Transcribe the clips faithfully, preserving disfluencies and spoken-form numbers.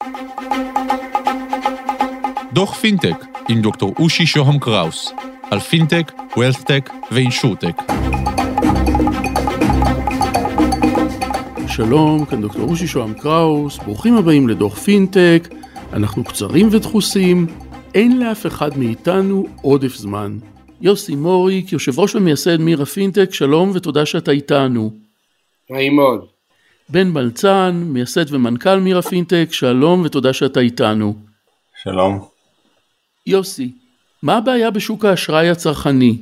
דוח פינטק עם דוקטור אושי שוהם קראוס, על פינטק, ווילת'טק ואינשורטק. שלום, כאן דוקטור אושי שוהם קראוס, ברוכים הבאים לדוח פינטק. אנחנו קצרים ודחוסים, אין לאף אחד מאיתנו עודף זמן. יוסי מוריק, יושב ראש ומייסד מירה פינטק, שלום ותודה שאתה איתנו. נעים מאוד. בן מלצן, מייסד ומנכ"ל מירה פינטק, שלום ותודה שאתה איתנו. שלום. יוסי, מה הבעיה בשוק האשראי הצרכני?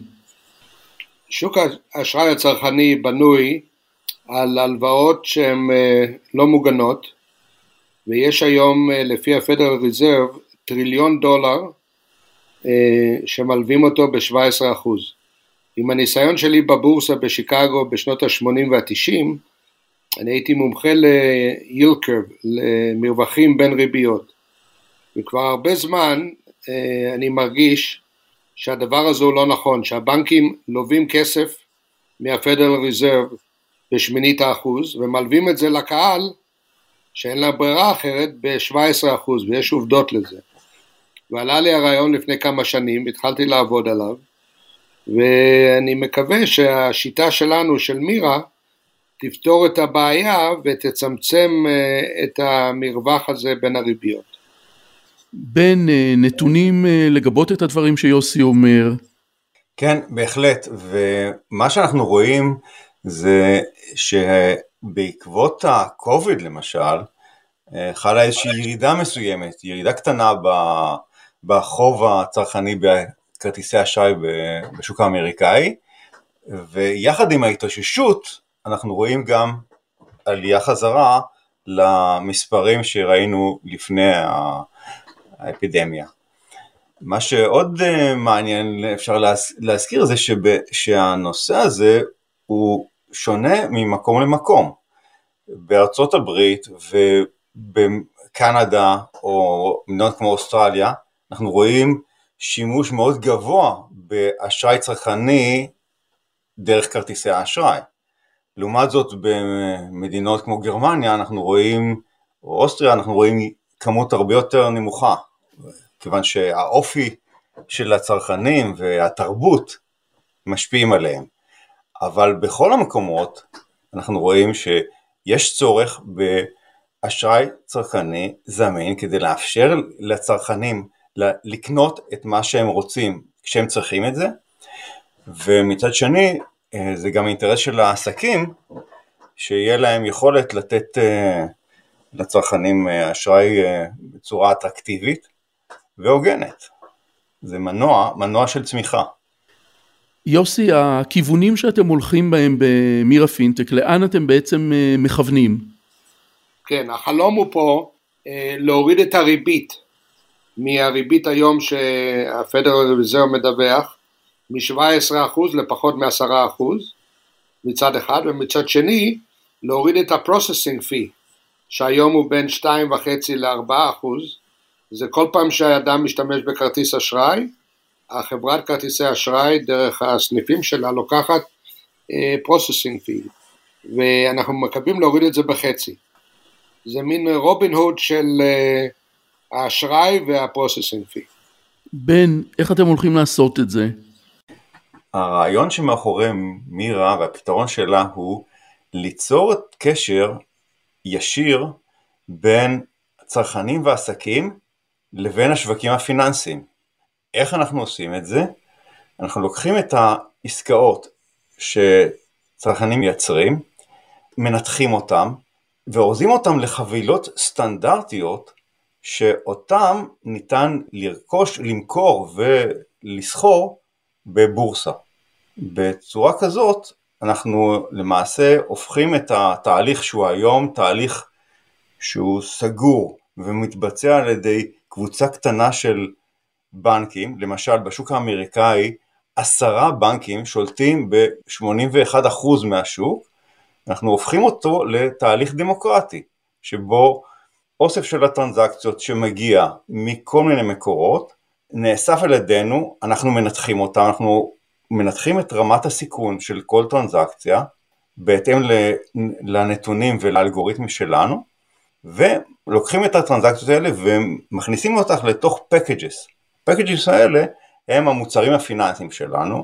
שוק האשראי הצרכני בנוי על הלוואות שהן לא מוגנות, ויש היום לפי הפדרל ריזרב טריליון דולר שמלווים אותו ב-שבע עשרה אחוז. עם הניסיון שלי בבורסה בשיקגו בשנות ה-שמונים וה-תשעים, אני הייתי מומחה ל-yield curve, למרווחים בין ריביות. וכבר הרבה זמן אני מרגיש שהדבר הזה הוא לא נכון, שהבנקים לובים כסף מהפדרל ריזרב בשמינית האחוז, ומלווים את זה לקהל שאין לה ברירה אחרת ב-שבע עשרה אחוז, ויש עובדות לזה. ועלה לי הרעיון לפני כמה שנים, התחלתי לעבוד עליו, ואני מקווה שהשיטה שלנו, של מירה, תפתור את הבעיה ותצמצם את המרווח הזה בין הריביות. בין נתונים לגבות את הדברים שיוסי אומר. כן, בהחלט, ומה שאנחנו רואים זה שבעקבות הקוביד למשל, חלה איזושהי ירידה מסוימת, ירידה קטנה בחוב הצרכני בכרטיסי אשראי בשוק האמריקאי, ויחד עם ההתאוששות אנחנו רואים גם עלייה חזרה למספרים שראינו לפני האפידמיה. מה שעוד מעניין אפשר להזכיר זה שהנושא הזה הוא שונה ממקום למקום. בארצות הברית ובקנדה או מדינות כמו אוסטרליה, אנחנו רואים שימוש מאוד גבוה באשראי צרכני דרך כרטיסי האשראי. לעומת זאת במדינות כמו גרמניה אנחנו רואים, או אוסטריה, אנחנו רואים כמות הרבה יותר נמוכה, כיוון שהאופי של הצרכנים והתרבות משפיעים עליהם. אבל בכל המקומות אנחנו רואים שיש צורך באשראי צרכני זמין כדי לאפשר לצרכנים לקנות את מה שהם רוצים כשהם צריכים את זה, ומצד שני זה גם אינטרס של העסקים שיהיה להם יכולת לתת לצרכנים אשראי בצורה אטרקטיבית והוגנת. זה מנוע, מנוע של צמיחה. יוסי, הכיוונים שאתם הולכים בהם במירה פינטק, לאן אתם בעצם מכוונים? כן, החלום הוא פה להוריד את הריבית, מהריבית היום שהפדרל ריזרב מדווח, מ-שבע עשרה אחוז לפחות מ-עשרה אחוז, מצד אחד, ומצד שני, להוריד את ה-processing fee, שהיום הוא בין שתיים וחצי ל-ארבעה אחוז, זה כל פעם שהאדם משתמש בכרטיס אשראי, החברת כרטיסי אשראי דרך הסניפים שלה לוקחת processing fee, ואנחנו מקווים להוריד את זה בחצי. זה מין רובין הוד של האשראי וה-processing fee. בן, איך אתם הולכים לעשות את זה? הרעיון שמאחורי מירה והפתרון שלה הוא ליצור קשר ישיר בין צרכנים ועסקים לבין השווקים הפיננסיים. איך אנחנו עושים את זה? אנחנו לוקחים את העסקאות שצרכנים מייצרים, מנתחים אותם, ואורזים אותם לחבילות סטנדרטיות, שאותם ניתן לרכוש, למכור ולסחור בבורסה. בצורה כזאת, אנחנו למעשה הופכים את התהליך שהוא היום, תהליך שהוא סגור ומתבצע על ידי קבוצה קטנה של בנקים, למשל בשוק האמריקאי, עשרה בנקים שולטים ב-שמונים ואחד אחוז מהשוק, אנחנו הופכים אותו לתהליך דמוקרטי, שבו אוסף של הטרנזקציות שמגיע מכל מיני מקורות, נאסף על ידינו, אנחנו מנתחים אותה, אנחנו מנתחים את רמת הסיכון של כל טרנזקציה, בהתאם לנתונים ולאלגוריתמים שלנו, ולוקחים את הטרנזקציות האלה ומכניסים אותך לתוך פקג'ס. פקג'ס האלה הם המוצרים הפיננסיים שלנו,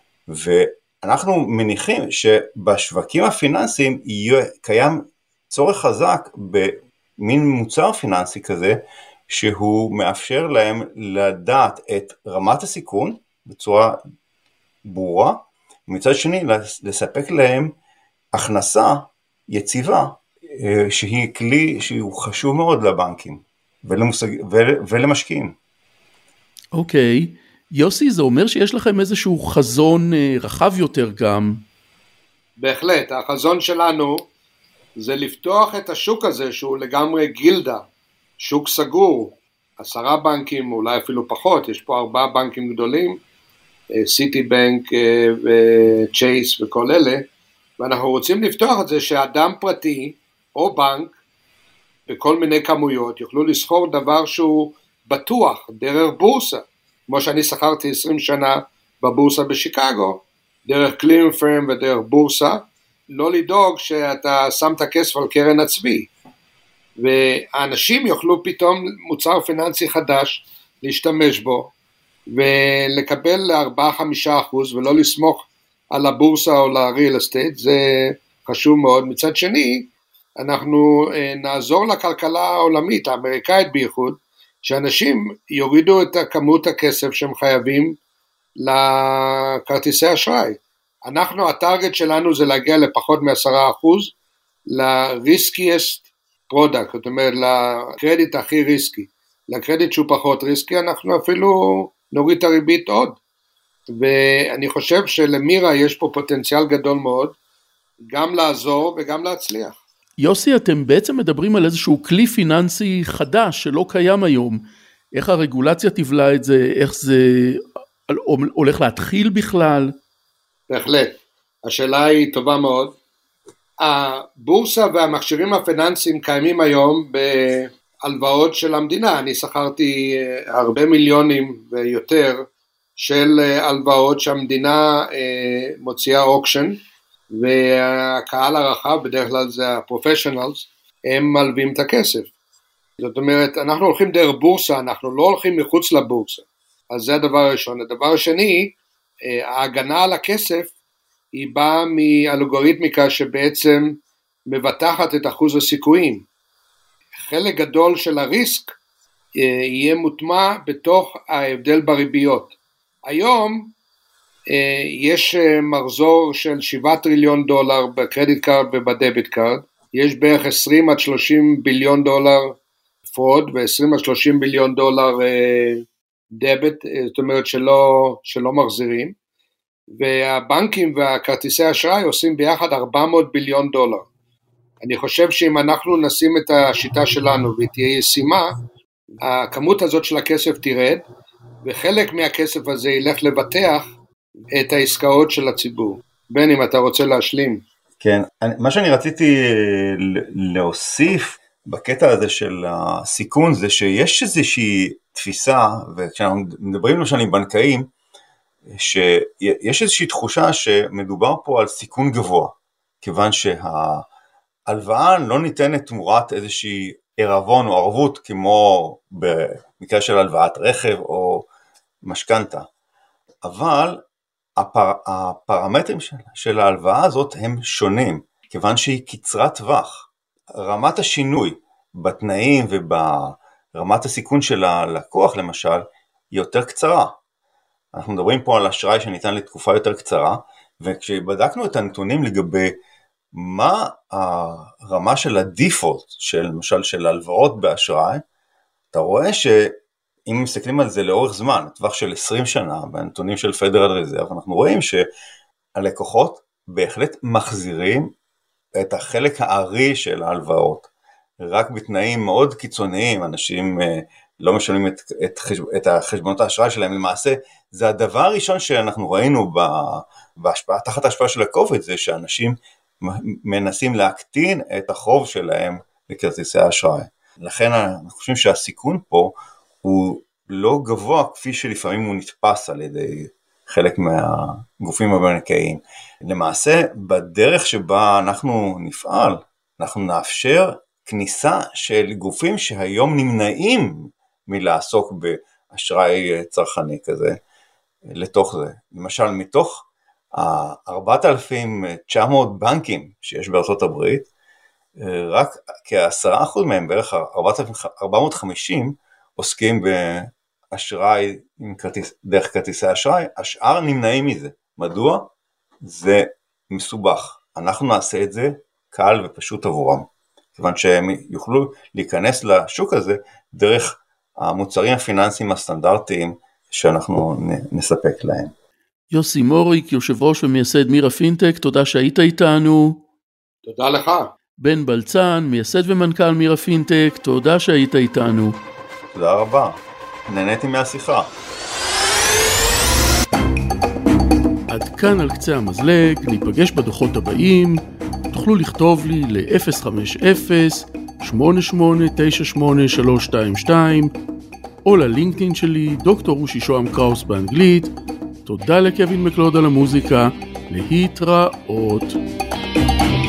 ואנחנו מניחים שבשווקים הפיננסיים יהיה קיים צורך חזק במין מוצר פיננסי כזה, שהוא מאפשר להם לדעת את רמת הסיכון בצורה ברורה, ומצד שני לספק להם הכנסה יציבה, שהיא כלי שהוא חשוב מאוד לבנקים ולמושג, ולמשקיעים. אוקיי, okay. יוסי, זה אומר שיש לכם איזשהו חזון רחב יותר גם. בהחלט, החזון שלנו זה לפתוח את השוק הזה שהוא לגמרי גילדה, שוק סגור, עשרה בנקים, אולי אפילו פחות, יש פה ארבעה בנקים גדולים, סיטי בנק וצ'ייס וכל אלה, ואנחנו רוצים לפתוח את זה שאדם פרטי או בנק, בכל מיני כמויות, יוכלו לסחור דבר שהוא בטוח, דרך בורסה, כמו שאני שכרתי עשרים שנה בבורסה בשיקגו, דרך קליר פרם ודרך בורסה, לא לדאוג שאתה שם את הכסף על קרן הצבי, והאנשים יוכלו פתאום מוצר פיננסי חדש להשתמש בו, ולקבל ל-ארבעה עד חמישה אחוז, ולא לסמוך על הבורסה או ל-real estate, זה חשוב מאוד. מצד שני, אנחנו נעזור לכלכלה העולמית, האמריקאית בייחוד, שאנשים יורידו את כמות הכסף שהם חייבים לכרטיסי אשראי. אנחנו, הטארגט שלנו זה להגיע לפחות מ-עשרה אחוז, ל-riskiest product, זאת אומרת, לקרדיט הכי ריסקי. לקרדיט שהוא פחות ריסקי, אנחנו אפילו נוריד את הריבית עוד. ואני חושב שלמירה יש פה פוטנציאל גדול מאוד, גם לעזור וגם להצליח. יוסי, אתם בעצם מדברים על איזשהו כלי פיננסי חדש שלא קיים היום. איך הרגולציה תבלע את זה, איך זה הולך להתחיל בכלל? בהחלט. השאלה היא טובה מאוד. הבורסה והמכשירים הפיננסיים קיימים היום בהלוואות של המדינה. אני שכרתי הרבה מיליונים ויותר של הלוואות שהמדינה מוציאה אוקשן, והקהל הרחב, בדרך כלל זה הפרופשיונלס, הם מלווים את הכסף. זאת אומרת, אנחנו הולכים דרך בורסה, אנחנו לא הולכים מחוץ לבורסה. אז זה הדבר הראשון. הדבר השני, ההגנה על הכסף, היא באה מאלגוריתמיקה שבעצם מבטחת את אחוז הסיכויים. חלק גדול של הריסק יהיה מוטמע בתוך ההבדל בריביות. היום יש מחזור של שבעה טריליון דולר בקרדיט קארד ובדביט קארד, יש בערך עשרים עד שלושים ביליון דולר פרוד ו-עשרים עד שלושים ביליון דולר דביט, זאת אומרת שלא, שלא מחזירים, והבנקים והכרטיסי אשראי עושים ביחד ארבע מאות ביליון דולר. אני חושב שאם אנחנו נשים את השיטה שלנו והיא תהיה ישימה, הכמות הזאת של הכסף תרד, וחלק מהכסף הזה ילך לבטח את העסקאות של הציבור. בן, אם אתה רוצה להשלים. כן, מה שאני רציתי להוסיף בקטע הזה של הסיכון, זה שיש איזושהי תפיסה, וכשאנחנו מדברים למשל עם בנקאים, שיש איזושהי תחושה שמדובר פה על סיכון גבוה, כיוון שההלוואה לא ניתנת תמורת איזושהי ערבון או ערבות, כמו במקרה של הלוואת רכב או משכנתה. אבל הפר, הפרמטרים של, של ההלוואה הזאת הם שונים, כיוון שהיא קצרת טווח. רמת השינוי בתנאים וברמת הסיכון של הלקוח למשל, היא יותר קצרה. אנחנו מדברים פה על אשראי שניתן לתקופה יותר קצרה, וכשבדקנו את הנתונים לגבי מה הרמה של הדיפולט, של למשל של הלוואות באשראי, אתה רואה שאם מסתכלים על זה לאורך זמן, טווח של עשרים שנה, בנתונים של פדרל ריזרב, אנחנו רואים שהלקוחות בהחלט מחזירים את החלק הארי של ההלוואות, רק בתנאים מאוד קיצוניים, אנשים לא משלמים את, את, חשב, את החשבונות האשראי שלהם, למעשה זה הדבר הראשון שאנחנו ראינו בהשפעה, תחת ההשפעה של הקוביד, זה שאנשים מנסים להקטין את החוב שלהם לכרטיסי האשראי. לכן אנחנו חושבים שהסיכון פה הוא לא גבוה כפי שלפעמים הוא נתפס על ידי חלק מהגופים הבנקאיים. למעשה בדרך שבה אנחנו נפעל, אנחנו נאפשר כניסה של גופים שהיום נמנעים מלעסוק באשראי צרכני כזה לתוך זה. למשל, מתוך ה-ארבעת אלפים ותשע מאות בנקים שיש בארצות הברית, רק כ-עשרה אחוז מהם, בערך ארבעת אלפים ארבע מאות וחמישים, עוסקים באשראי דרך כרטיסי אשראי, השאר נמנעים מזה. מדוע? זה מסובך. אנחנו נעשה את זה קל ופשוט עבורם, כיוון שהם יוכלו להיכנס לשוק הזה דרך המוצרים הפיננסיים הסטנדרטיים שאנחנו נספק להם. יוסי מוריק, יושב ראש ומייסד מירה פינטק, תודה שהיית איתנו. תודה לך. בן בלצן, מייסד ומנכ"ל מירה פינטק, תודה שהיית איתנו. תודה רבה, נהניתי מהשיחה. עד כאן על קצה המזלג, ניפגש בדוחות הבאים, תוכלו לכתוב לי ל-אפס חמש אפס שמונה שמונה תשע שמונה שלוש שתיים שתיים או ללינקדאין שלי דוקטור אושי שוהם קראוס באנגלית. תודה לקווין מקלוד על המוזיקה, להתראות.